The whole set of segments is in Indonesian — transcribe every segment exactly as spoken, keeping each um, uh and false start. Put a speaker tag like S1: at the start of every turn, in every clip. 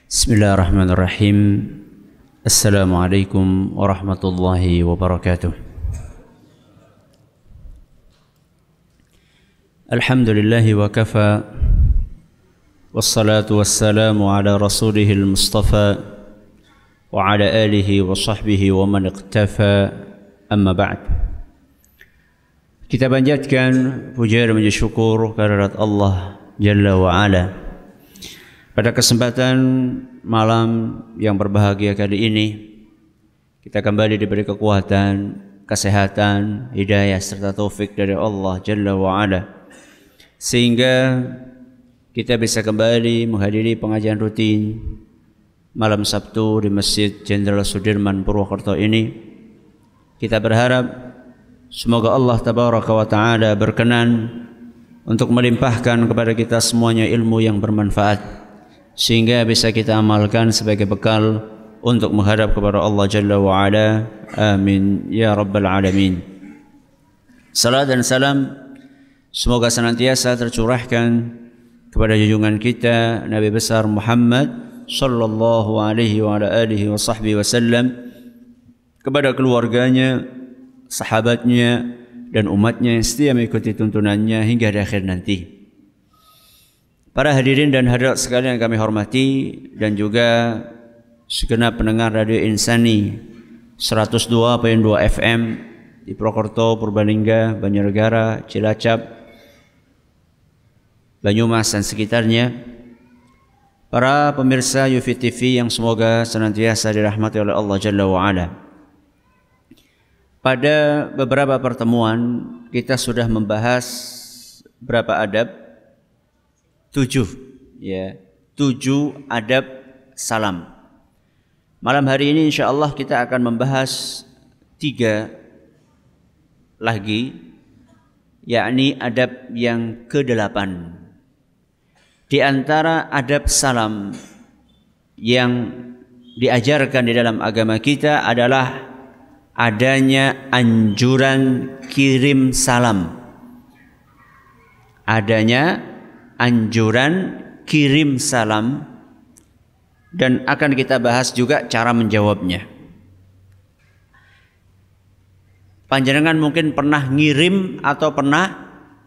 S1: Bismillahirrahmanirrahim. Assalamualaikum warahmatullahi wabarakatuh. Alhamdulillahi wa kafa, wassalatu wassalamu ala rasulihil mustafa wa ala alihi wa sahbihi wa man iqtafa, amma ba'd. Kita panjatkan puja dan puji syukur kehadirat Allah Jalla wa Ala. Pada kesempatan malam yang berbahagia kali ini, kita kembali diberi kekuatan, kesehatan, hidayah serta taufik dari Allah Jalla wa Ala, sehingga kita bisa kembali menghadiri pengajian rutin malam Sabtu di Masjid Jenderal Sudirman Purwokerto ini. Kita berharap semoga Allah Tabaraka wa Ta'ala berkenan untuk melimpahkan kepada kita semuanya ilmu yang bermanfaat, sehingga bisa kita amalkan sebagai bekal untuk menghadap kepada Allah Jalla wa Ala. Amin ya Rabbal Alamin. Salam dan salam semoga senantiasa tercurahkan kepada junjungan kita Nabi besar Muhammad sallallahu alaihi wa ala alihi wa sahbihi wasallam, kepada keluarganya, sahabatnya dan umatnya yang setia mengikuti tuntunannya hingga di akhir nanti. Para hadirin dan hadirat sekalian yang kami hormati, dan juga segenap pendengar Radio Insani seratus dua koma dua F M di Purwokerto, Purbalingga, Banjarnegara, Cilacap, Banyumas dan sekitarnya. Para pemirsa U V T V yang semoga senantiasa dirahmati oleh Allah Jalla wa Ala. Pada beberapa pertemuan kita sudah membahas berapa adab? Tujuh, ya, tujuh adab salam. Malam hari ini insya Allah kita akan membahas tiga lagi, yakni adab yang kedelapan. Di antara adab salam yang diajarkan di dalam agama kita adalah adanya anjuran kirim salam. Adanya anjuran kirim salam, dan akan kita bahas juga cara menjawabnya. Panjenengan mungkin pernah ngirim atau pernah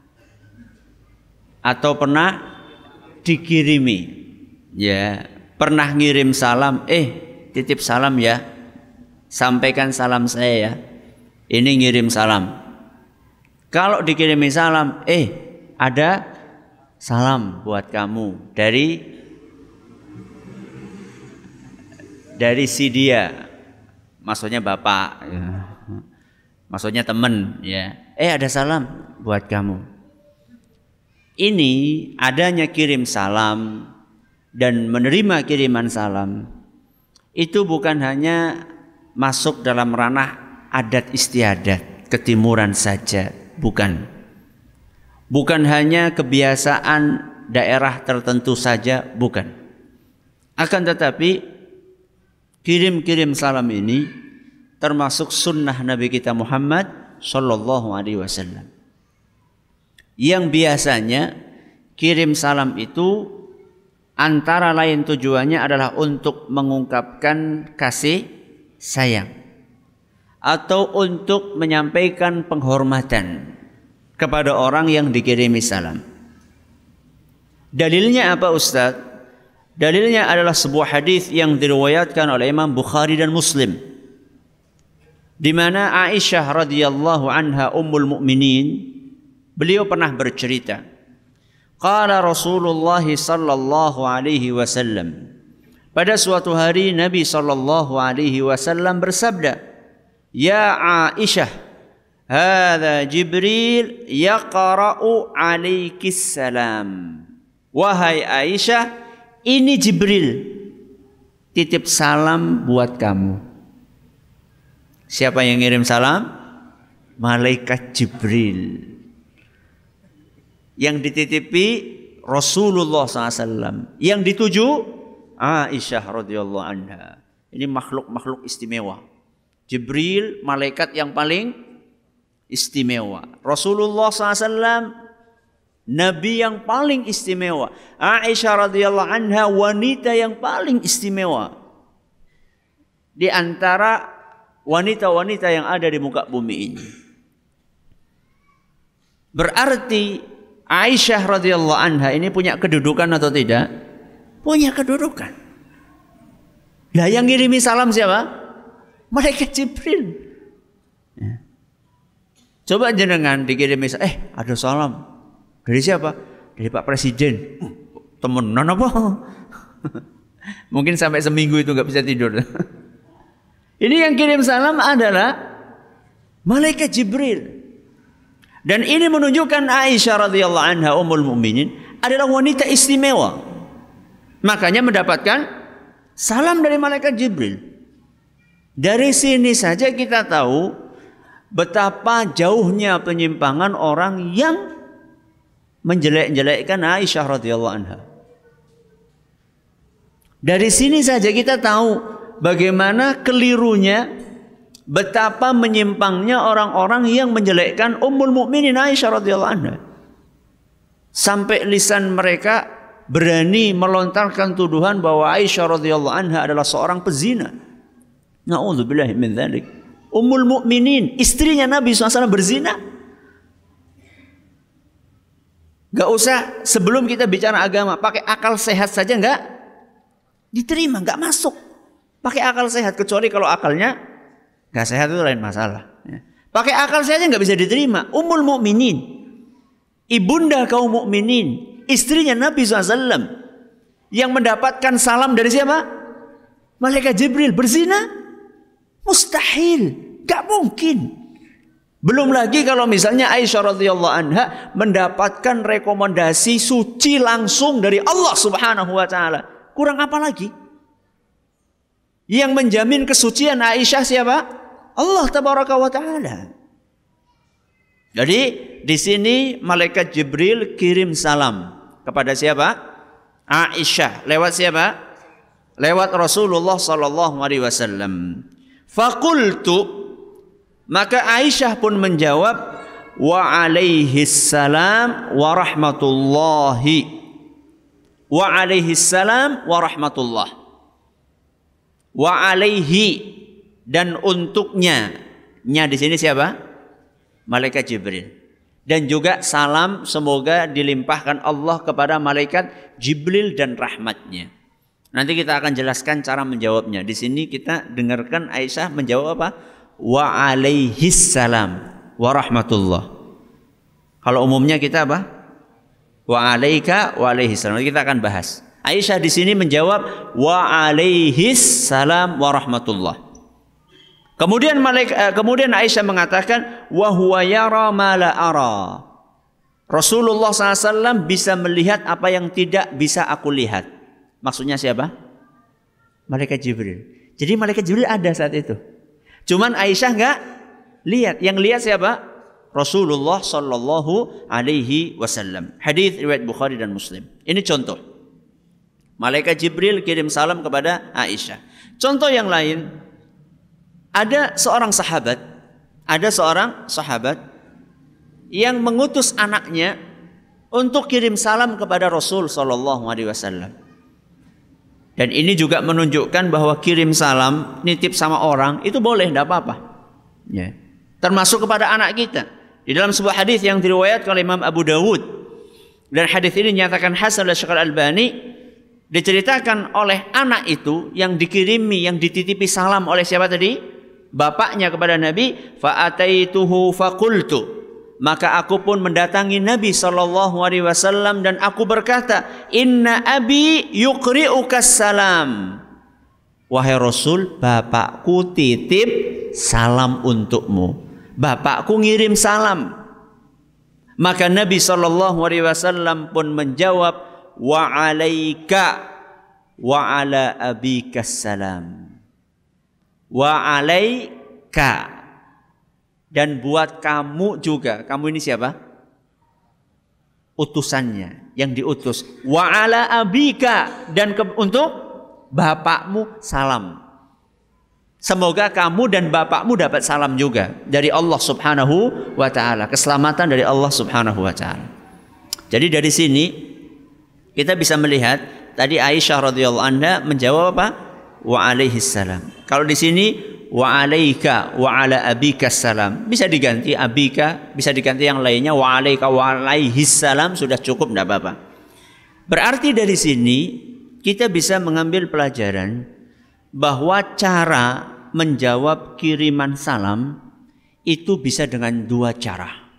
S1: atau pernah dikirimi. Ya, pernah ngirim salam, eh titip salam ya. Sampaikan salam saya ya. Ini ngirim salam. Kalau dikirimi salam, eh ada salam buat kamu dari dari si dia. Maksudnya bapak ya. Maksudnya teman ya. Eh ada salam buat kamu. Ini adanya kirim salam dan menerima kiriman salam itu bukan hanya masuk dalam ranah adat istiadat ketimuran saja, bukan. Bukan hanya kebiasaan daerah tertentu saja, bukan. Akan tetapi kirim-kirim salam ini termasuk sunnah Nabi kita Muhammad sallallahu alaihi wasallam, yang biasanya kirim salam itu antara lain tujuannya adalah untuk mengungkapkan kasih sayang atau untuk menyampaikan penghormatan kepada orang yang dikirimi salam. Dalilnya apa Ustaz? Dalilnya adalah sebuah hadis yang diriwayatkan oleh Imam Bukhari dan Muslim, di mana Aisyah radhiyallahu anha ummul mukminin, beliau pernah bercerita, qala Rasulullah sallallahu alaihi wasallam, pada suatu hari Nabi sallallahu alaihi wasallam bersabda, "Ya Aisyah, hadza Jibril yaqra'u 'alaikis salam." Wahai Aisyah, ini Jibril titip salam buat kamu. Siapa yang ngirim salam? Malaikat Jibril. Yang dititipi Rasulullah sallallahu alaihi wasallam. Yang dituju Aisyah radhiyallahu anha. Ini makhluk-makhluk istimewa. Jibril, malaikat yang paling istimewa. Rasulullah sallallahu alaihi wasallam Nabi yang paling istimewa. Aisyah radhiyallahu anha wanita yang paling istimewa di antara wanita-wanita yang ada di muka bumi ini. Berarti Aisyah radhiyallahu anha ini punya kedudukan atau tidak? Punya kedudukan. Lah yang ngirimi salam siapa? Malaikat Jibril. Ya. Coba jenengan dikirimi, eh ada salam. Dari siapa? Dari Pak Presiden. Temenan apa? Mungkin sampai seminggu itu nggak bisa tidur. Ini yang kirim salam adalah Malaikat Jibril. Dan ini menunjukkan Aisyah radhiyallahu anha ummul mukminin adalah wanita istimewa. Makanya mendapatkan salam dari Malaikat Jibril. Dari sini saja kita tahu betapa jauhnya penyimpangan orang yang menjelek-jelekkan Aisyah radhiyallahu anha. Dari sini saja kita tahu bagaimana kelirunya, betapa menyimpangnya orang-orang yang menjelekkan Ummul Mukminin Aisyah radhiyallahu anha. Sampai lisan mereka berani melontarkan tuduhan bahwa Aisyah radhiyallahu anha adalah seorang pezina. Na'udzubillahi min dzalik. Ummul Mukminin, istrinya Nabi shallallahu alaihi wasallam berzina. Gak usah sebelum kita bicara agama, pakai akal sehat saja nggak diterima, nggak masuk. Pakai akal sehat, kecuali kalau akalnya nggak sehat itu lain masalah. Ya. Pakai akal saja nggak bisa diterima. Ummul Mukminin, ibunda kaum mukminin, istrinya Nabi shallallahu alaihi wasallam, yang mendapatkan salam dari siapa? Malaikat Jibril, berzina? Mustahil, nggak mungkin. Belum lagi kalau misalnya Aisyah radhiyallahu anha mendapatkan rekomendasi suci langsung dari Allah Subhanahu wa taala. Kurang apa lagi? Yang menjamin kesucian Aisyah siapa? Allah tabaraka wa taala. Jadi di sini malaikat Jibril kirim salam kepada siapa? Aisyah. Lewat siapa? Lewat Rasulullah sallallahu alaihi wasallam. Faqultu, maka Aisyah pun menjawab, wa alaihi salam wa rahmatullahi. Wa alaihi salam wa rahmatullah. Wa alaihi, dan untuknya. Nya di sini siapa? Malaikat Jibril. Dan juga salam semoga dilimpahkan Allah kepada malaikat Jibril dan rahmatnya. Nanti kita akan jelaskan cara menjawabnya. Di sini kita dengarkan Aisyah menjawab apa? Wa alaihis salam wa rahmatullah. Kalau umumnya kita apa? Wa alaika wa alaihis salam. Kita akan bahas. Aisyah di sini menjawab wa alaihis salam wa rahmatullah. Kemudian malaikat kemudian Aisyah mengatakan wa huwa yara ma la ara. Rasulullah shallallahu alaihi wasallam bisa melihat apa yang tidak bisa aku lihat. Maksudnya siapa? Malaikat Jibril. Jadi malaikat Jibril ada saat itu. Cuman Aisyah enggak lihat. Yang lihat siapa? Rasulullah sallallahu alaihi wasallam. Hadis riwayat Bukhari dan Muslim. Ini contoh. Malaikat Jibril kirim salam kepada Aisyah. Contoh yang lain, ada seorang sahabat, ada seorang sahabat yang mengutus anaknya untuk kirim salam kepada Rasul sallallahu alaihi wasallam. Dan ini juga menunjukkan bahwa kirim salam, nitip sama orang itu boleh, tidak apa-apa. Ya. Termasuk kepada anak kita. Di dalam sebuah hadis yang diriwayatkan oleh Imam Abu Dawud, dan hadis ini dinyatakan hasan oleh Syekh Al-Albani, diceritakan oleh anak itu yang dikirimi, yang dititipi salam oleh siapa tadi? Bapaknya kepada Nabi. Fa'ataituhu faqultu, maka aku pun mendatangi Nabi sallallahu alaihi wasallam dan aku berkata, inna abi yuqri'ukas salam. Wahai Rasul, bapakku titip salam untukmu. Bapakku ngirim salam. Maka Nabi sallallahu alaihi wasallam pun menjawab, wa alaika wa ala abikas salam. Wa alaika, dan buat kamu juga. Kamu ini siapa? Utusannya, yang diutus. Wa ala abika, dan ke, untuk bapakmu salam. Semoga kamu dan bapakmu dapat salam juga dari Allah Subhanahu wa taala. Keselamatan dari Allah Subhanahu wa taala. Jadi dari sini kita bisa melihat tadi Aisyah radhiyallahu anha menjawab apa? Wa alaihi salam. Kalau di sini wa alaika wa ala abika salam, bisa diganti abika, bisa diganti yang lainnya wa alaika wa alaihi salam, sudah cukup, tidak apa-apa. Berarti dari sini kita bisa mengambil pelajaran bahwa cara menjawab kiriman salam itu bisa dengan dua cara.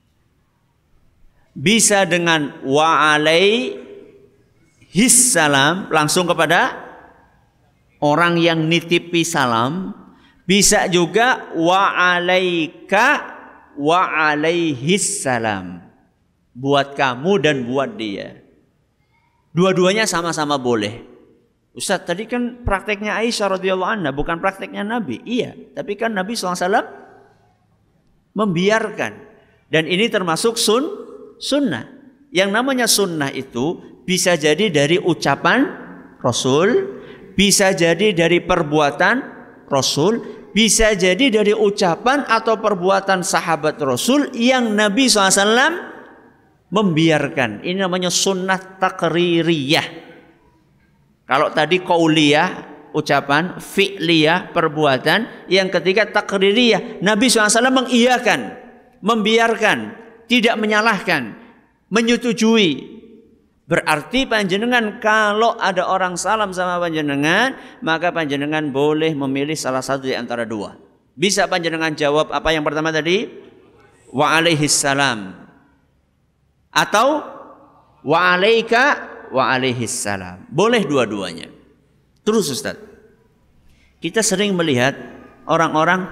S1: Bisa dengan wa alaihi salam, langsung kepada orang yang nitipi salam. Bisa juga wa alaika wa alaihi salam, buat kamu dan buat dia. Dua-duanya sama-sama boleh. Ustaz, tadi kan prakteknya Aisyah radhiyallahu anha, bukan prakteknya Nabi. Iya, tapi kan Nabi shallallahu alaihi wasallam membiarkan. Dan ini termasuk sun, sunnah. Yang namanya sunnah itu bisa jadi dari ucapan Rasul, bisa jadi dari perbuatan Rasul, bisa jadi dari ucapan atau perbuatan sahabat Rasul yang Nabi shallallahu alaihi wasallam membiarkan. Ini namanya sunnah takririyah. Kalau tadi qauliyah, ucapan, fi'liyah, perbuatan. Yang ketiga takririyah. Nabi shallallahu alaihi wasallam mengiyakan, membiarkan, tidak menyalahkan, menyetujui. Berarti panjenengan kalau ada orang salam sama panjenengan, maka panjenengan boleh memilih salah satu di antara dua. Bisa panjenengan jawab apa yang pertama tadi? Wa alaihi salam. Atau wa alaika wa alaihi salam. Boleh dua-duanya. Terus Ustaz, kita sering melihat orang-orang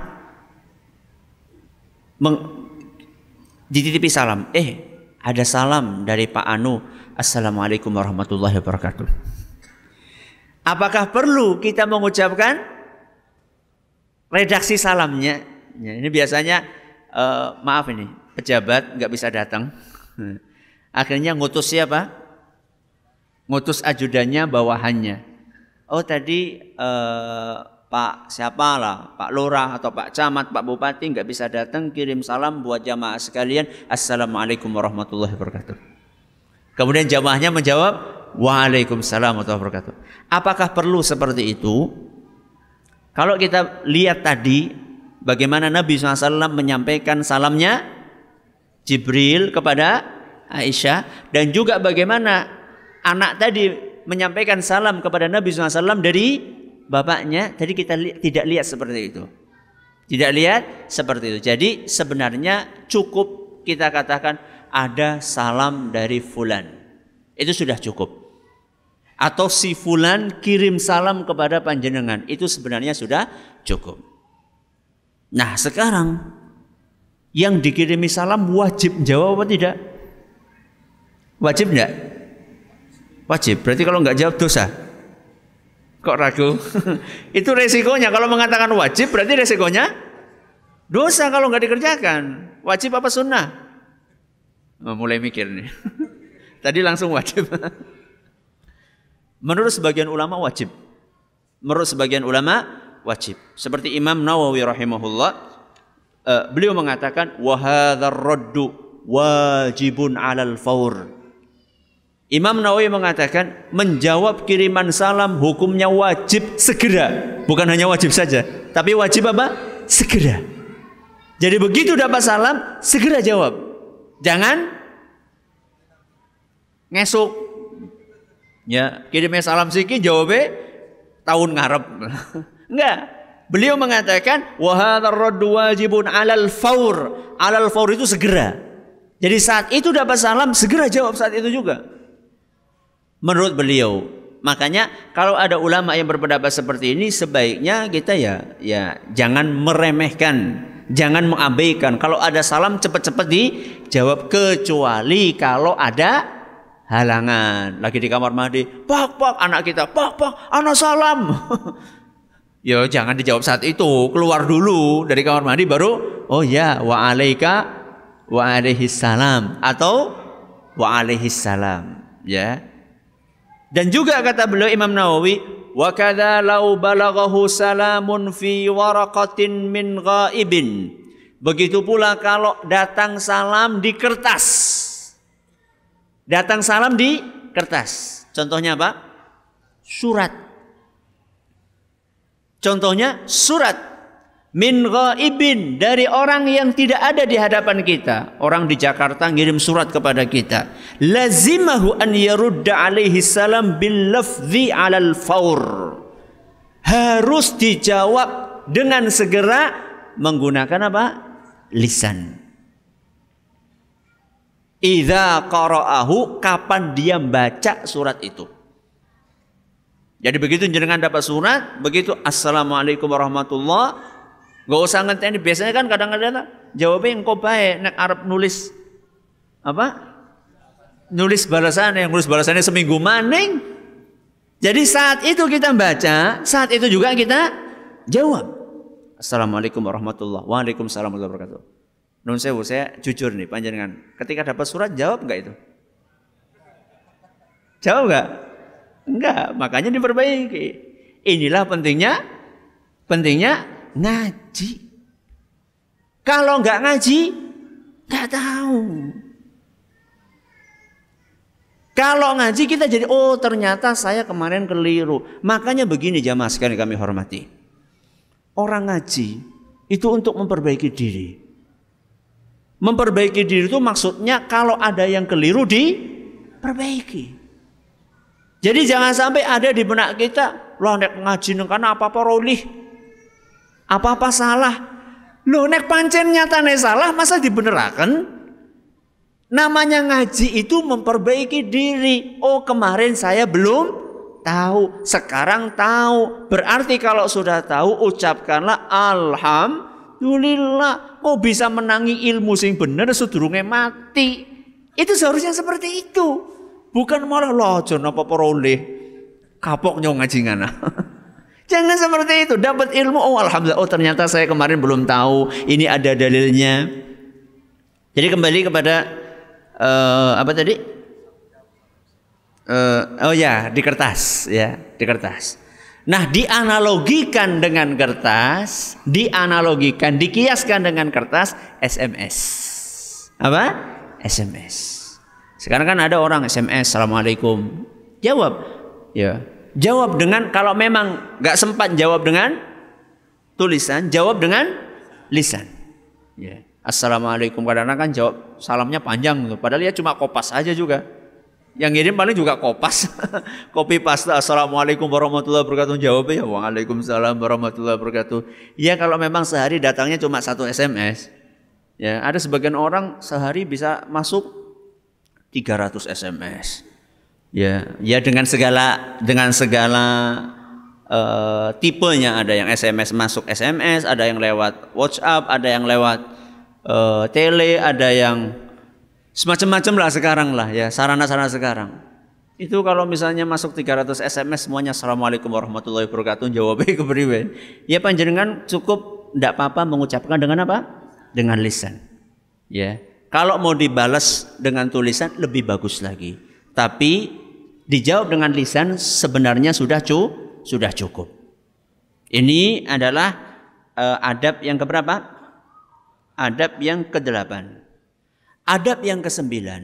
S1: dititipi salam. Eh, ada salam dari Pak Anu. Assalamualaikum warahmatullahi wabarakatuh. Apakah perlu kita mengucapkan redaksi salamnya? Ya, ini biasanya uh, maaf ini pejabat nggak bisa datang. Akhirnya ngutus siapa? Ngutus ajudannya, bawahannya. Oh tadi eh, Pak siapa lah, Pak Lurah atau Pak Camat, Pak Bupati nggak bisa datang, kirim salam buat jamaah sekalian. Assalamualaikum warahmatullahi wabarakatuh. Kemudian jamaahnya menjawab Waalaikumsalam warahmatullahi wabarakatuh. Apakah perlu seperti itu? Kalau kita lihat tadi bagaimana Nabi shallallahu alaihi wasallam menyampaikan salamnya Jibril kepada Aisyah, dan juga bagaimana anak tadi menyampaikan salam kepada Nabi shallallahu alaihi wasallam dari bapaknya. Tadi kita li tidak lihat seperti itu. Tidak lihat seperti itu. Jadi sebenarnya cukup kita katakan ada salam dari fulan. Itu sudah cukup. Atau si fulan kirim salam kepada panjenengan. Itu sebenarnya sudah cukup. Nah sekarang yang dikirimi salam wajib jawab apa tidak? Wajib enggak? Wajib. Berarti kalau enggak jawab dosa. Kok ragu? Itu resikonya. Kalau mengatakan wajib berarti resikonya dosa kalau enggak dikerjakan. Wajib apa sunnah? Oh, mulai mikir nih. Tadi langsung wajib. Menurut sebagian ulama wajib. Menurut sebagian ulama wajib. Seperti Imam Nawawi rahimahullah, uh, beliau mengatakan wa hadzal raddu wajibun 'alal faur. Imam Nawawi mengatakan menjawab kiriman salam hukumnya wajib segera. Bukan hanya wajib saja, tapi wajib apa? Segera. Jadi begitu dapat salam, segera jawab. Jangan ngesuk. Ya, kirimnya salam siki jawabnya tahun ngarep. Enggak. Beliau mengatakan wa hadzal raddu wajibun 'alal faur. 'Alal faur itu segera. Jadi saat itu dapat salam, segera jawab saat itu juga. Menurut beliau. Makanya kalau ada ulama yang berpendapat seperti ini, sebaiknya kita ya ya jangan meremehkan, jangan mengabaikan. Kalau ada salam cepat-cepat dijawab, kecuali kalau ada halangan. Lagi di kamar mandi, pak pak anak kita, pak pak anak salam. Ya jangan dijawab saat itu, keluar dulu dari kamar mandi baru oh ya wa alaika wa alaihi salam atau wa alaihi salam, ya. Dan juga kata beliau Imam Nawawi, wa kadza law balaghahu salamun fi waraqatin min ghaibin. Begitu pula kalau datang salam di kertas. Datang salam di kertas. Contohnya apa? Surat. Contohnya surat. Min ghaibin, dari orang yang tidak ada di hadapan kita. Orang di Jakarta ngirim surat kepada kita. Lazimahu an yarudda alaihi salam bil lafzi alal faur. Harus dijawab dengan segera menggunakan apa? Lisan. Idza qara'ahu, kapan dia baca surat itu. Jadi begitu jenengan dapat surat, begitu assalamualaikum warahmatullah, gak usah ngenteni. Biasanya kan kadang-kadang jawabnya engkau baik, nek Arab nulis apa? Nulis balasan, yang nulis balasannya seminggu maning. Jadi saat itu kita baca, saat itu juga kita jawab. Assalamualaikum warahmatullahi wabarakatuh. Waalaikumsalam warahmatullahi wabarakatuh. Nun sewu, saya jujur nih panjenengan, ketika dapat surat jawab enggak itu? Jawab enggak? Enggak, makanya diperbaiki. Inilah pentingnya pentingnya ngaji. Kalau enggak ngaji, enggak tahu. Kalau ngaji kita jadi, oh ternyata saya kemarin keliru. Makanya begini jamaah sekalian kami hormati. Orang ngaji itu untuk memperbaiki diri. Memperbaiki diri itu maksudnya kalau ada yang keliru diperbaiki. Jadi jangan sampai ada di benak kita, loh nek ngaji karena apa-apa rolih, apa-apa salah. Loh nek pancen nyatane salah masa dibeneraken? Namanya ngaji itu memperbaiki diri. Oh kemarin saya belum tahu, sekarang tahu. Berarti kalau sudah tahu ucapkanlah alhamdulillah. Kok bisa menangi ilmu sing bener sedurunge mati. Itu seharusnya seperti itu. Bukan malah loh jon apa peroleh kapok nyong ngaji ngana. Jangan seperti itu. Dapat ilmu, oh alhamdulillah, oh ternyata saya kemarin belum tahu, ini ada dalilnya. Jadi kembali kepada uh, apa tadi? Uh, oh ya, di kertas ya, di kertas. Nah, dianalogikan dengan kertas, dianalogikan, dikiaskan dengan kertas, S M S. Apa? S M S. Sekarang kan ada orang S M S, Assalamualaikum. Jawab. Ya. Jawab dengan, kalau memang nggak sempat jawab dengan tulisan, jawab dengan lisan. Ya. Assalamualaikum. Kadang-kadang kan jawab salamnya panjang, padahal ya cuma kopas aja juga. Yang ngirim paling juga kopas, copy paste. Assalamualaikum warahmatullahi wabarakatuh. Jawabnya ya waalaikumsalam warahmatullahi wabarakatuh. Ya kalau memang sehari datangnya cuma satu S M S. Ya ada sebagian orang sehari bisa masuk tiga ratus S M S. Ya, ya dengan segala dengan segala uh, tipenya, ada yang S M S masuk S M S, ada yang lewat WhatsApp, ada yang lewat uh, tele, ada yang semacam-macam lah sekarang lah ya, sarana-sarana sekarang. Itu kalau misalnya masuk tiga ratus S M S semuanya Assalamualaikum warahmatullahi wabarakatuh, jawabnya kepriwe. Ya panjenengan cukup ndak apa-apa mengucapkan dengan apa? Dengan lisan. Ya. Kalau mau dibalas dengan tulisan lebih bagus lagi. Tapi dijawab dengan lisan sebenarnya sudah cu sudah cukup. Ini adalah uh, adab yang keberapa? Adab yang kedelapan. Adab yang kesembilan,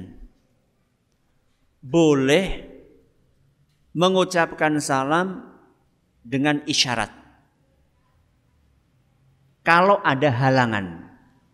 S1: boleh mengucapkan salam dengan isyarat. Kalau ada halangan,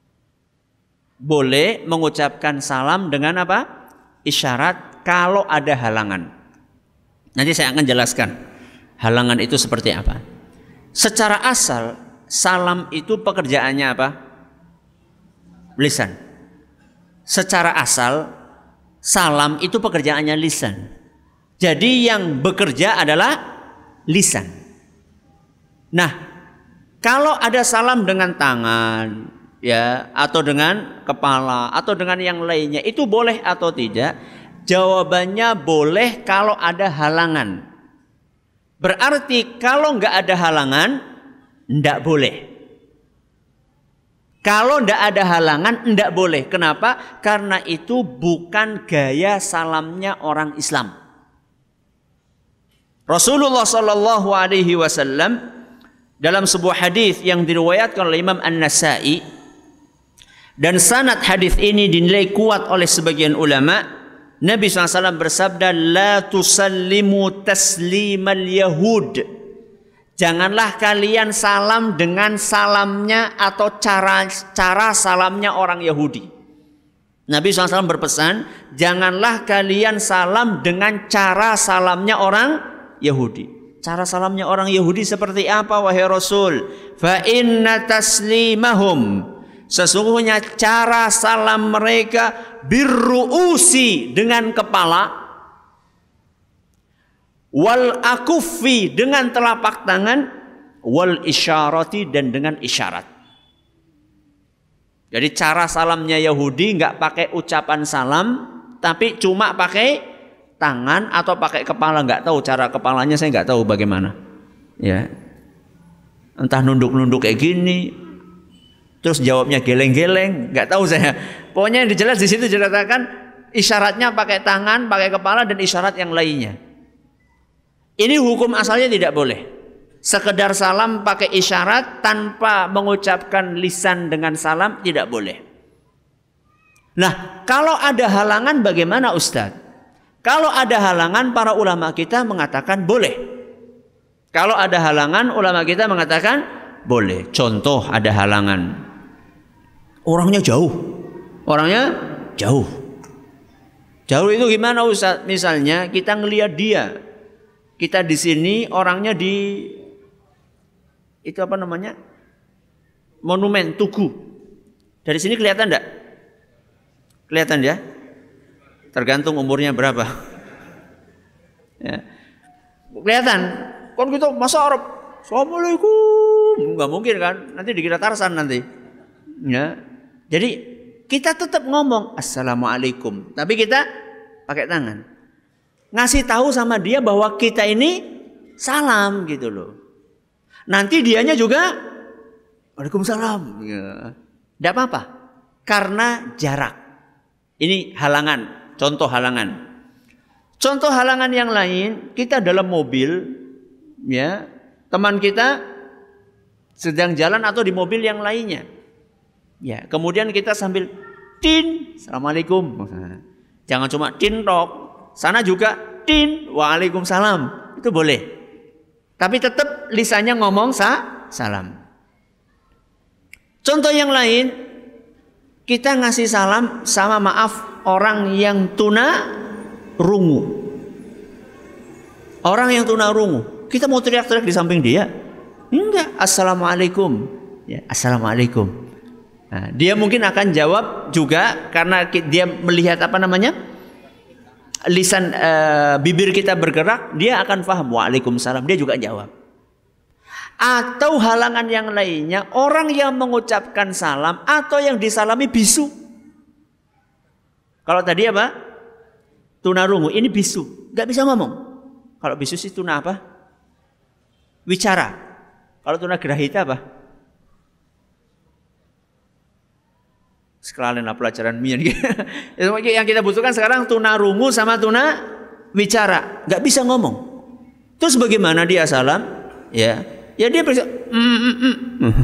S1: boleh mengucapkan salam dengan apa? Isyarat kalau ada halangan. Nanti saya akan jelaskan halangan itu seperti apa. Secara asal, salam itu pekerjaannya apa? Lisan. Secara asal salam itu pekerjaannya lisan. Jadi yang bekerja adalah lisan. Nah, kalau ada salam dengan tangan ya atau dengan kepala atau dengan yang lainnya, itu boleh atau tidak? Jawabannya boleh kalau ada halangan. Berarti kalau nggak ada halangan, nggak boleh. Kalau tidak ada halangan, tidak boleh. Kenapa? Karena itu bukan gaya salamnya orang Islam. Rasulullah Shallallahu Alaihi Wasallam dalam sebuah hadis yang diriwayatkan oleh Imam An-Nasai, dan sanad hadis ini dinilai kuat oleh sebagian ulama, Nabi shallallahu alaihi wasallam bersabda, la tusallimu taslimal yahud. Janganlah kalian salam dengan salamnya atau cara cara salamnya orang Yahudi. Nabi shallallahu alaihi wasallam berpesan, janganlah kalian salam dengan cara salamnya orang Yahudi. Cara salamnya orang Yahudi seperti apa wahai Rasul? Fa inna taslimahum, sesungguhnya cara salam mereka birru'usi dengan kepala, wal akufi dengan telapak tangan, wal isyarati dan dengan isyarat. Jadi cara salamnya Yahudi nggak pakai ucapan salam, tapi cuma pakai tangan atau pakai kepala. Nggak tahu cara kepalanya, saya nggak tahu bagaimana. Ya, entah nunduk-nunduk kayak gini, terus jawabnya geleng-geleng, nggak tahu saya. Pokoknya yang dijelas di situ diceritakan isyaratnya pakai tangan, pakai kepala dan isyarat yang lainnya. Ini hukum asalnya tidak boleh. Sekedar salam pakai isyarat tanpa mengucapkan lisan dengan salam tidak boleh. Nah, kalau ada halangan bagaimana Ustadz? Kalau ada halangan, para ulama kita mengatakan boleh. Kalau ada halangan, ulama kita mengatakan boleh. Contoh ada halangan, orangnya jauh, orangnya jauh. Jauh itu gimana Ustaz? Misalnya kita ngelihat dia, kita di sini, orangnya di itu apa namanya? Monumen Tugu. Dari sini kelihatan enggak? Kelihatan ya? Tergantung umurnya berapa. Ya. Kelihatan. Kan kita masa Arab, Assalamualaikum, nggak mungkin kan? Nanti dikira Tarsan nanti. Ya. Jadi kita tetap ngomong Assalamualaikum, tapi kita pakai tangan. Ngasih tahu sama dia bahwa kita ini salam gitu loh. Nanti dianya juga Waalaikumsalam. Ya. Tidak apa-apa, karena jarak. Ini halangan. Contoh halangan. Contoh halangan yang lain, kita dalam mobil, ya, teman kita sedang jalan atau di mobil yang lainnya, ya, kemudian kita sambil tin, Assalamualaikum, jangan cuma tin tok, sana juga tin, Waalaikumsalam, itu boleh, tapi tetap lisannya ngomong sa salam. Contoh yang lain, kita ngasih salam sama maaf orang yang tuna rungu. Orang yang tuna rungu, kita mau teriak-teriak di samping dia? Enggak, Assalamualaikum. Ya, Assalamualaikum. Nah, dia mungkin akan jawab juga karena dia melihat apa namanya? Lisan uh, bibir kita bergerak, dia akan paham Waalaikumsalam, dia juga jawab. Atau halangan yang lainnya, orang yang mengucapkan salam atau yang disalami bisu. Kalau tadi apa? Tunarungu, ini bisu, nggak bisa ngomong. Kalau bisu sih tuna apa? Wicara. Kalau tuna grahita apa? Sekalian lah pelajaran mian. Yang kita butuhkan sekarang tunarungu sama tuna wicara, nggak bisa ngomong. Terus bagaimana dia salam? Ya, ya dia bisa. Mm, mm, mm.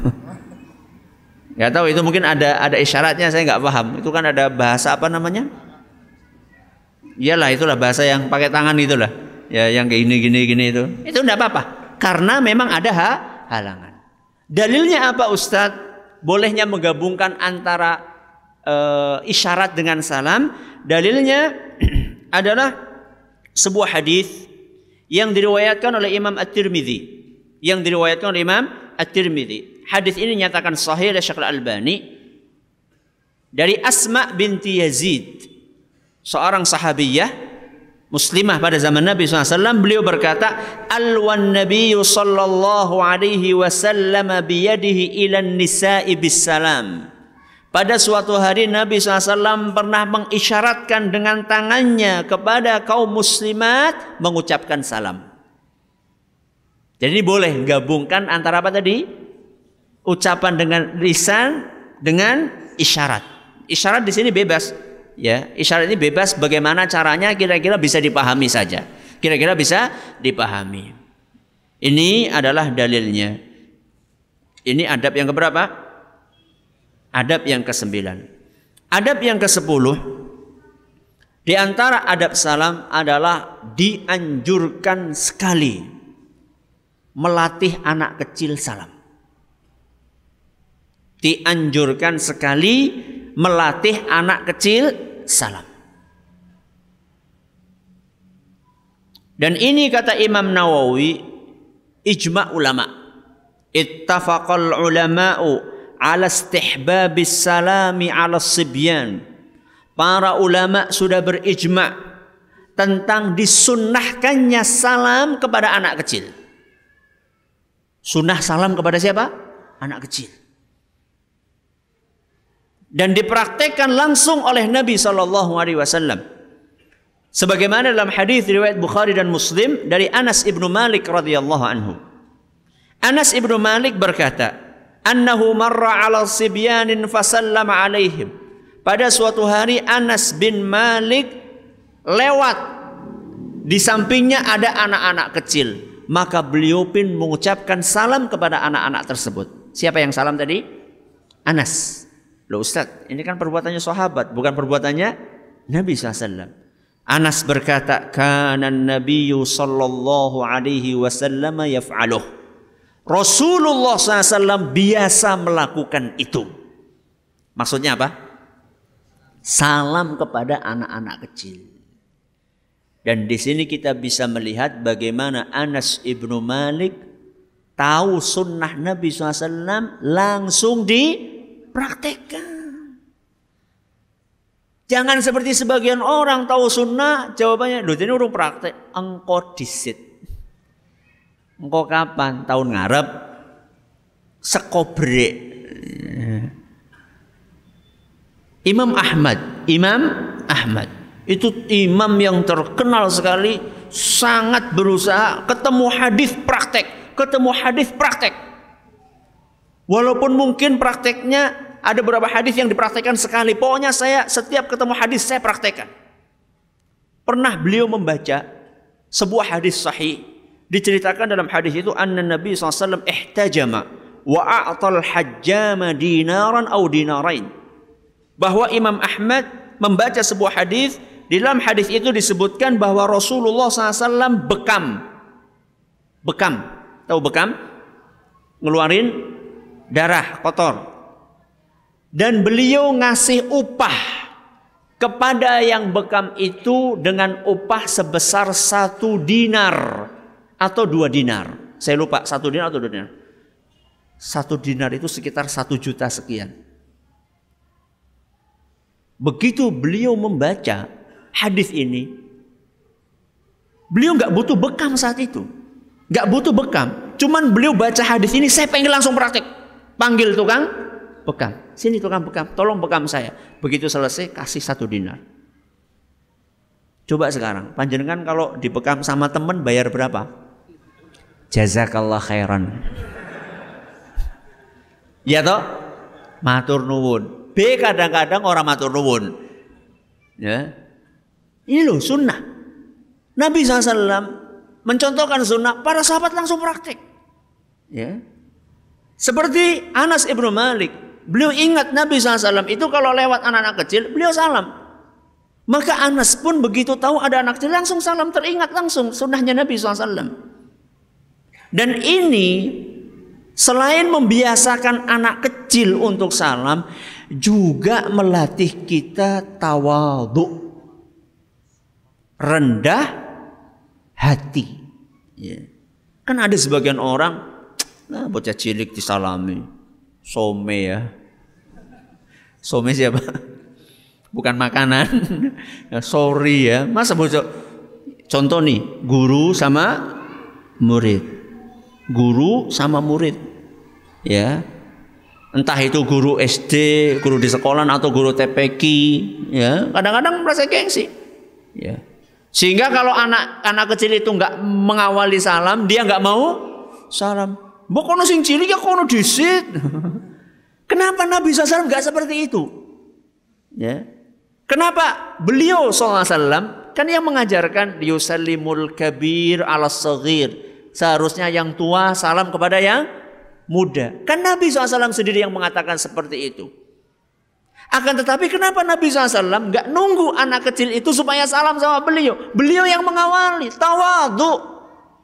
S1: Gak tahu itu mungkin ada ada isyaratnya, saya nggak paham. Itu kan ada bahasa apa namanya? Iyalah itulah bahasa yang pakai tangan itulah. Ya yang kayak gini gini gini itu. Itu enggak apa-apa. Karena memang ada ha halangan. Dalilnya apa Ustadz? Bolehnya menggabungkan antara uh, isyarat dengan salam. Dalilnya adalah sebuah hadis yang diriwayatkan oleh Imam At-Tirmidzi. Yang diriwayatkan oleh Imam At-Tirmidzi. Hadis ini nyatakan sahih oleh Syekh Al-Albani dari Asma binti Yazid, seorang sahabiyah muslimah pada zaman Nabi shallallahu alaihi wasallam. Beliau berkata, alwan nabiyyu sallallahu alaihi wasallam biyadihi ilan nisa'i bisalam. Pada suatu hari Nabi shallallahu alaihi wasallam pernah mengisyaratkan dengan tangannya kepada kaum muslimat mengucapkan salam. Jadi ini boleh gabungkan antara apa tadi? Ucapan dengan lisan dengan isyarat. Isyarat di sini bebas, ya. Isyarat ini bebas. Bagaimana caranya? Kira-kira bisa dipahami saja. Kira-kira bisa dipahami. Ini adalah dalilnya. Ini adab yang keberapa? Adab yang kesembilan. Adab yang kesepuluh Di antara adab salam adalah dianjurkan sekali melatih anak kecil salam. Dianjurkan sekali melatih anak kecil salam. Dan ini kata Imam Nawawi, ijma' ulama. Ittafaqal ulama'u ala istihbabis salami ala sibyan. Para ulama sudah berijma' tentang disunnahkannya salam kepada anak kecil. Sunnah salam kepada siapa? Anak kecil. Dan dipraktekkan langsung oleh Nabi shallallahu alaihi wasallam. Sebagaimana dalam hadis riwayat Bukhari dan Muslim dari Anas ibnu Malik radhiyallahu anhu. Anas ibnu Malik berkata, "Annahu marra 'ala sibyanin fasallama 'alaihim." Pada suatu hari Anas bin Malik lewat, di sampingnya ada anak-anak kecil, maka beliau pun mengucapkan salam kepada anak-anak tersebut. Siapa yang salam tadi? Anas. Loh Ustaz, ini kan perbuatannya sahabat, bukan perbuatannya Nabi shallallahu alaihi wasallam. Anas berkata, "Kana an-nabiyyu sallallahu alaihi wasallam yaf'aluh." Rasulullah shallallahu alaihi wasallam biasa melakukan itu. Maksudnya apa? Salam kepada anak-anak kecil. Dan di sini kita bisa melihat bagaimana Anas ibnu Malik tahu sunnah Nabi shallallahu alaihi wasallam langsung dipraktekkan. Jangan seperti sebagian orang tahu sunnah, jawabannya, loh ini urung praktek. Engkau disit. Engkau kapan? Tahun ngarep. Sekobrek. Imam Ahmad. Imam Ahmad. Itu imam yang terkenal sekali. Sangat berusaha. Ketemu hadis praktek. Ketemu hadis praktek. Walaupun mungkin prakteknya ada beberapa hadis yang dipraktekkan sekali. Pokoknya saya setiap ketemu hadis saya praktekkan. Pernah beliau membaca sebuah hadis sahih. Diceritakan dalam hadis itu anna Nabi shallallahu alaihi wasallam ihtajama wa a'tal hajjama dinaran au dinarain. Bahwa Imam Ahmad membaca sebuah hadis. Di dalam hadis itu disebutkan bahwa Rasulullah shallallahu alaihi wasallam bekam. Bekam. Tahu bekam? Ngeluarin darah kotor. Dan beliau ngasih upah kepada yang bekam itu dengan upah sebesar satu dinar atau dua dinar. Saya lupa satu dinar atau dua dinar. Satu dinar itu sekitar satu juta sekian. Begitu beliau membaca hadis ini, beliau nggak butuh bekam saat itu, nggak butuh bekam. Cuman beliau baca hadis ini, saya pengen langsung praktek. Panggil tukang bekam. Sini tukang bekam, tolong bekam saya. Begitu selesai kasih satu dinar. Coba sekarang, panjenengan kalau dibekam sama teman bayar berapa? Jazakallah khairan. Ya toh? Matur nuwun. B kadang-kadang orang matur nuwun. Ya. Ini loh sunnah. Nabi shallallahu alaihi wasallam mencontohkan sunnah, para sahabat langsung praktek. Ya. Seperti Anas ibnu Malik. Beliau ingat Nabi shallallahu alaihi wasallam itu kalau lewat anak-anak kecil, beliau salam. Maka Anas pun begitu tahu ada anak kecil, langsung salam, teringat langsung sunnahnya Nabi shallallahu alaihi wasallam. Dan ini selain membiasakan anak kecil untuk salam, juga melatih kita tawadhu, rendah hati. Ya. Kan ada sebagian orang, nah bocah cilik disalami, some ya. Some siapa? Bukan makanan. Ya, sorry ya. Masa bocah? Contoh nih, guru sama murid. Guru sama murid. Ya. Entah itu guru S D, guru di sekolah atau guru T P Q, ya. Kadang-kadang merasa gengsi. Ya. Sehingga kalau anak anak kecil itu nggak mengawali salam, dia nggak mau salam. Mbok kono sing cilik ya kono disit. Kenapa Nabi shallallahu alaihi wasallam nggak seperti itu? Ya. Kenapa beliau shallallahu alaihi wasallam kan yang mengajarkan yusallimul kabir ala saghir. Seharusnya yang tua salam kepada yang muda. Kan Nabi shallallahu alaihi wasallam sendiri yang mengatakan seperti itu. Akan tetapi kenapa Nabi shallallahu alaihi wasallam nggak nunggu anak kecil itu supaya salam sama beliau? Beliau yang mengawali, tawadhu.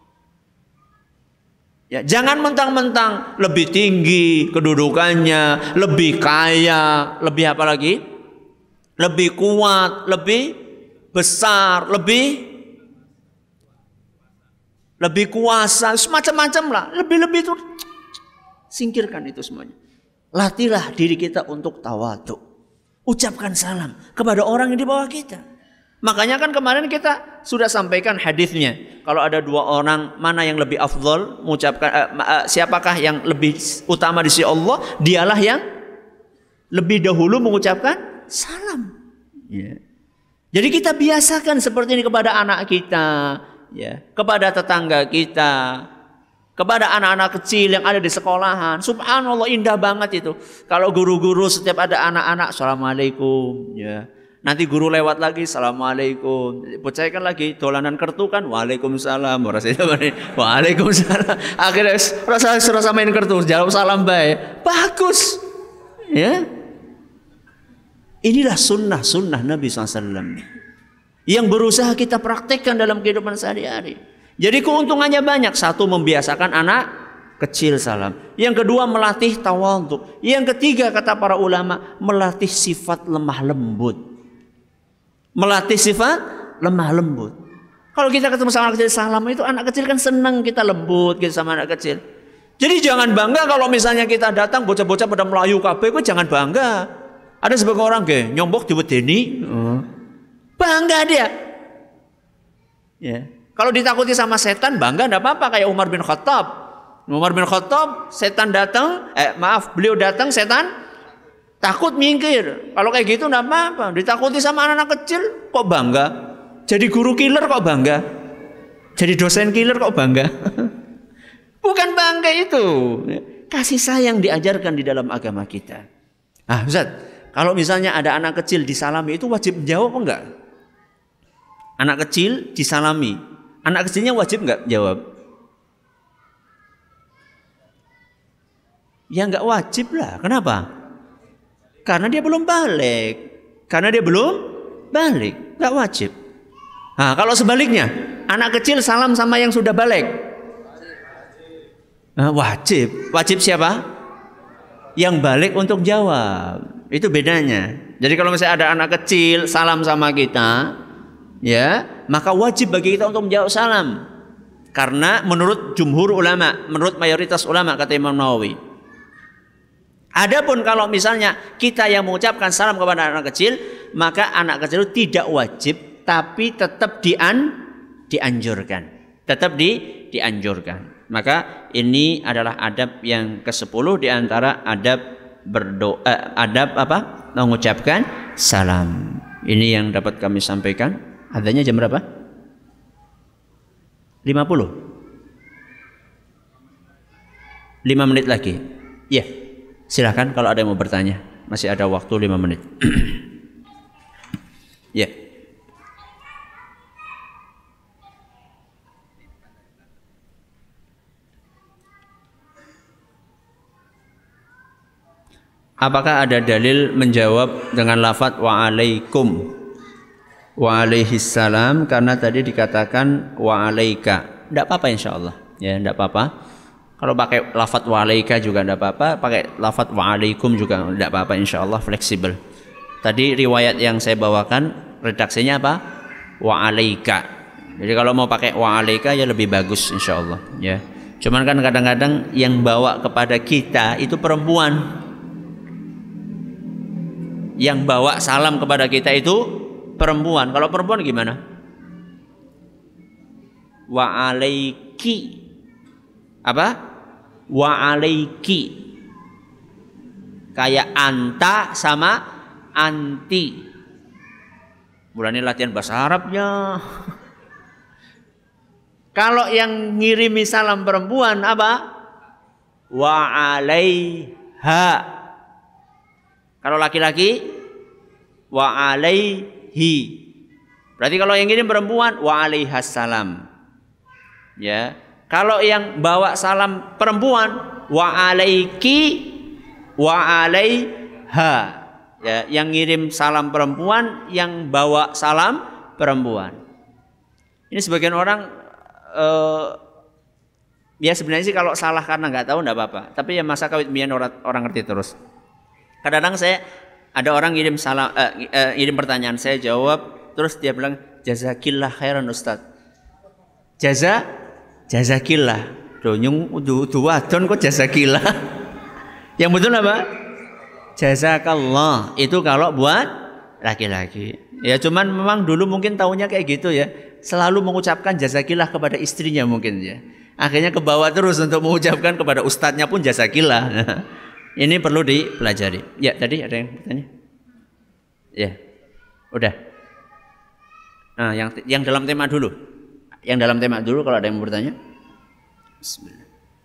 S1: Ya, jangan mentang-mentang lebih tinggi kedudukannya, lebih kaya, lebih apa lagi? Lebih kuat, lebih besar, lebih lebih kuasa, semacam-macam lah. Lebih-lebih itu singkirkan itu semuanya. Latihlah diri kita untuk tawadhu. Ucapkan salam kepada orang yang di bawah kita. Makanya kan kemarin kita sudah sampaikan hadisnya. Kalau ada dua orang, mana yang lebih afdol mengucapkan uh, uh, siapakah yang lebih utama di sisi Allah? Dialah yang lebih dahulu mengucapkan salam. Ya. Jadi kita biasakan seperti ini kepada anak kita, ya, kepada tetangga kita, kepada anak-anak kecil yang ada di sekolahan. Subhanallah, indah banget itu. Kalau guru-guru setiap ada anak-anak, assalamualaikum, ya. Nanti guru lewat lagi, assalamualaikum. Bocahkan lagi, dolanan kertu kan, waalaikumsalam. Waalaikumsalam. Akhirnya rasa rasa main kertu, jawab salam baik. Bagus, ya. Inilah sunnah sunnah Nabi shallallahu alaihi wasallam yang berusaha kita praktekkan dalam kehidupan sehari-hari. Jadi keuntungannya banyak. Satu, membiasakan anak kecil salam. Yang kedua, melatih tawadhu. Yang ketiga, kata para ulama, melatih sifat lemah lembut. Melatih sifat lemah lembut. Kalau kita ketemu sama anak kecil salam, itu anak kecil kan senang kita lembut gitu sama anak kecil. Jadi jangan bangga kalau misalnya kita datang bocah-bocah pada Melayu kabeh, itu jangan bangga. Ada sebagian orang ke nyombok diwedeni, oh. Bangga dia. Ya. Kalau ditakuti sama setan, bangga enggak apa-apa, kayak Umar bin Khattab. Umar bin Khattab, setan datang, eh maaf, beliau datang, setan takut minggir. Kalau kayak gitu enggak apa-apa. Ditakuti sama anak-anak kecil, kok bangga? Jadi guru killer kok bangga? Jadi dosen killer kok bangga? Bukan bangga itu. Kasih sayang diajarkan di dalam agama kita. Ah, Ustaz, kalau misalnya ada anak kecil disalami, itu wajib menjawab apa enggak? Anak kecil disalami, anak kecilnya wajib enggak jawab? Ya enggak wajib lah. Kenapa? Karena dia belum balik. Karena dia belum balik, enggak wajib. Nah, kalau sebaliknya, anak kecil salam sama yang sudah balik, nah, wajib. Wajib siapa? Yang balik untuk jawab. Itu bedanya. Jadi kalau misalnya ada anak kecil salam sama kita, ya, maka wajib bagi kita untuk menjawab salam. Karena menurut jumhur ulama, menurut mayoritas ulama, kata Imam Nawawi. Adapun kalau misalnya kita yang mengucapkan salam kepada anak kecil, maka anak kecil itu tidak wajib, tapi tetap dian, dianjurkan. Tetap di, dianjurkan. Maka ini adalah adab yang kesepuluh di antara adab berdoa, eh, adab apa? Mengucapkan salam. Ini yang dapat kami sampaikan. Adanya jam berapa? lima puluh. lima menit lagi. Ya, silakan kalau ada yang mau bertanya. Masih ada waktu lima menit. Ya. Apakah ada dalil menjawab dengan lafadz wa'alaikum wa'alaihissalam, karena tadi dikatakan wa'alaika. Tidak apa-apa insyaallah. Ya, tidak apa-apa. Kalau pakai lafadz wa'alaika juga tidak apa-apa, pakai lafadz wa'alaikum juga tidak apa-apa insyaallah, fleksibel. Tadi riwayat yang saya bawakan redaksinya apa? Wa'alaika. Jadi kalau mau pakai wa'alaika ya lebih bagus insyaallah, ya. Cuman kan kadang-kadang yang bawa kepada kita itu perempuan. Yang bawa salam kepada kita itu perempuan. Kalau perempuan gimana? Wa alaiki. Apa? Wa alaiki. Kayak anta sama anti. Mulanya latihan bahasa Arabnya. Kalau yang ngirimi salam perempuan apa? Wa alaiha. Kalau laki-laki wa alaihi. Berarti kalau yang ngirim perempuan wa alaihassalam. Ya. Kalau yang bawa salam perempuan wa alaiki wa alaiha. Ya, yang ngirim salam perempuan, yang bawa salam perempuan. Ini sebagian orang eh, ya sebenarnya sih kalau salah karena nggak tahu nggak apa-apa. Tapi ya masa kawit biyen orang, orang ngerti terus. Kadang-kadang saya ada orang ngirim salam, eh, eh, ngirim pertanyaan, saya jawab, terus dia bilang jazakillah khairan Ustaz. Jaza, jazakillah. Duh, nyung dua don kok jazakillah. Yang betul apa? Jazakallah itu kalau buat laki-laki. Ya cuman memang dulu mungkin taunya kayak gitu ya. Selalu mengucapkan jazakillah kepada istrinya mungkin ya. Akhirnya kebawa terus untuk mengucapkan kepada ustadznya pun jazakillah. Ini perlu dipelajari. Ya tadi ada yang bertanya? Ya. Udah. Nah, yang yang dalam tema dulu. Yang dalam tema dulu kalau ada yang mau bertanya. Bismillah.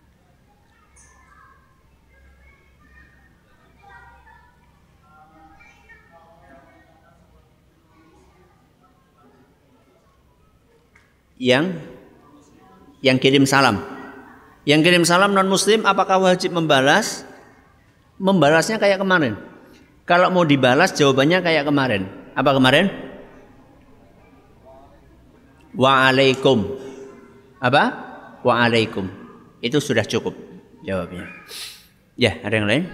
S1: yang yang kirim salam. Yang kirim salam non muslim apakah wajib membalas? Membalasnya kayak kemarin. Kalau mau dibalas jawabannya kayak kemarin. Apa kemarin? Waalaikum. Apa? Waalaikum. Itu sudah cukup jawabnya. Ya, ada yang lain?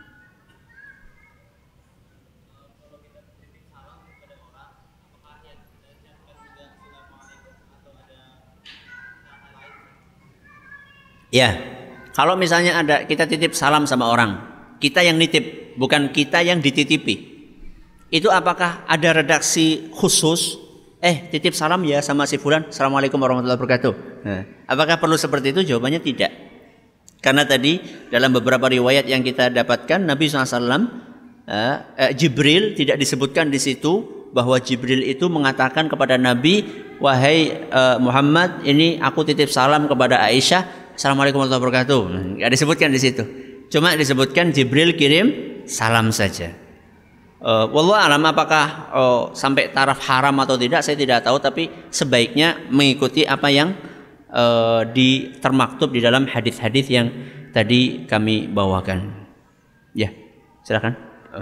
S1: Ya, kalau misalnya ada kita titip salam sama orang, kita yang nitip, bukan kita yang dititipi. Itu apakah ada redaksi khusus? Eh, titip salam ya sama si fulan. Assalamualaikum warahmatullahi wabarakatuh. Nah, apakah perlu seperti itu? Jawabannya tidak. Karena tadi dalam beberapa riwayat yang kita dapatkan, Nabi shallallahu alaihi wasallam, eh, eh, Jibril tidak disebutkan di situ bahwa Jibril itu mengatakan kepada Nabi, wahai eh, Muhammad, ini aku titip salam kepada Aisyah. Assalamualaikum warahmatullahi wabarakatuh. Nggak disebutkan di situ. Cuma disebutkan Jibril kirim salam saja. Uh, wallahu alam apakah uh, sampai taraf haram atau tidak saya tidak tahu, tapi sebaiknya mengikuti apa yang uh, di termaktub di dalam hadis-hadis yang tadi kami bawakan. Ya, silakan. Uh.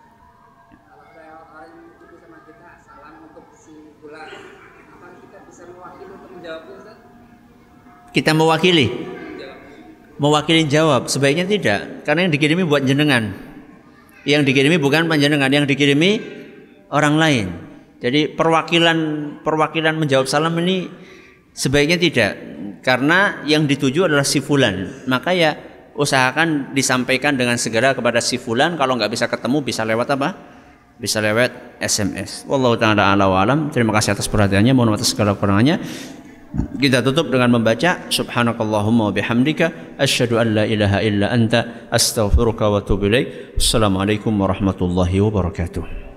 S1: Kita mewakili mewakili jawab, sebaiknya tidak, karena yang dikirimi buat jenengan, yang dikirimi bukan panjenengan, yang dikirimi orang lain. Jadi perwakilan perwakilan menjawab salam ini sebaiknya tidak, karena yang dituju adalah si fulan. Maka ya usahakan disampaikan dengan segera kepada si fulan. Kalau nggak bisa ketemu bisa lewat apa? Bisa lewat S M S. Wallahu ta'ala a'la wa alam. Terima kasih atas perhatiannya, mohon maaf atas segala kekurangannya. Kita tutup dengan membaca subhanakallahumma wa bihamdika asyhadu an la ilaha illa anta astaghfiruka wa atubu ilaik. Assalamualaikum warahmatullahi wabarakatuh.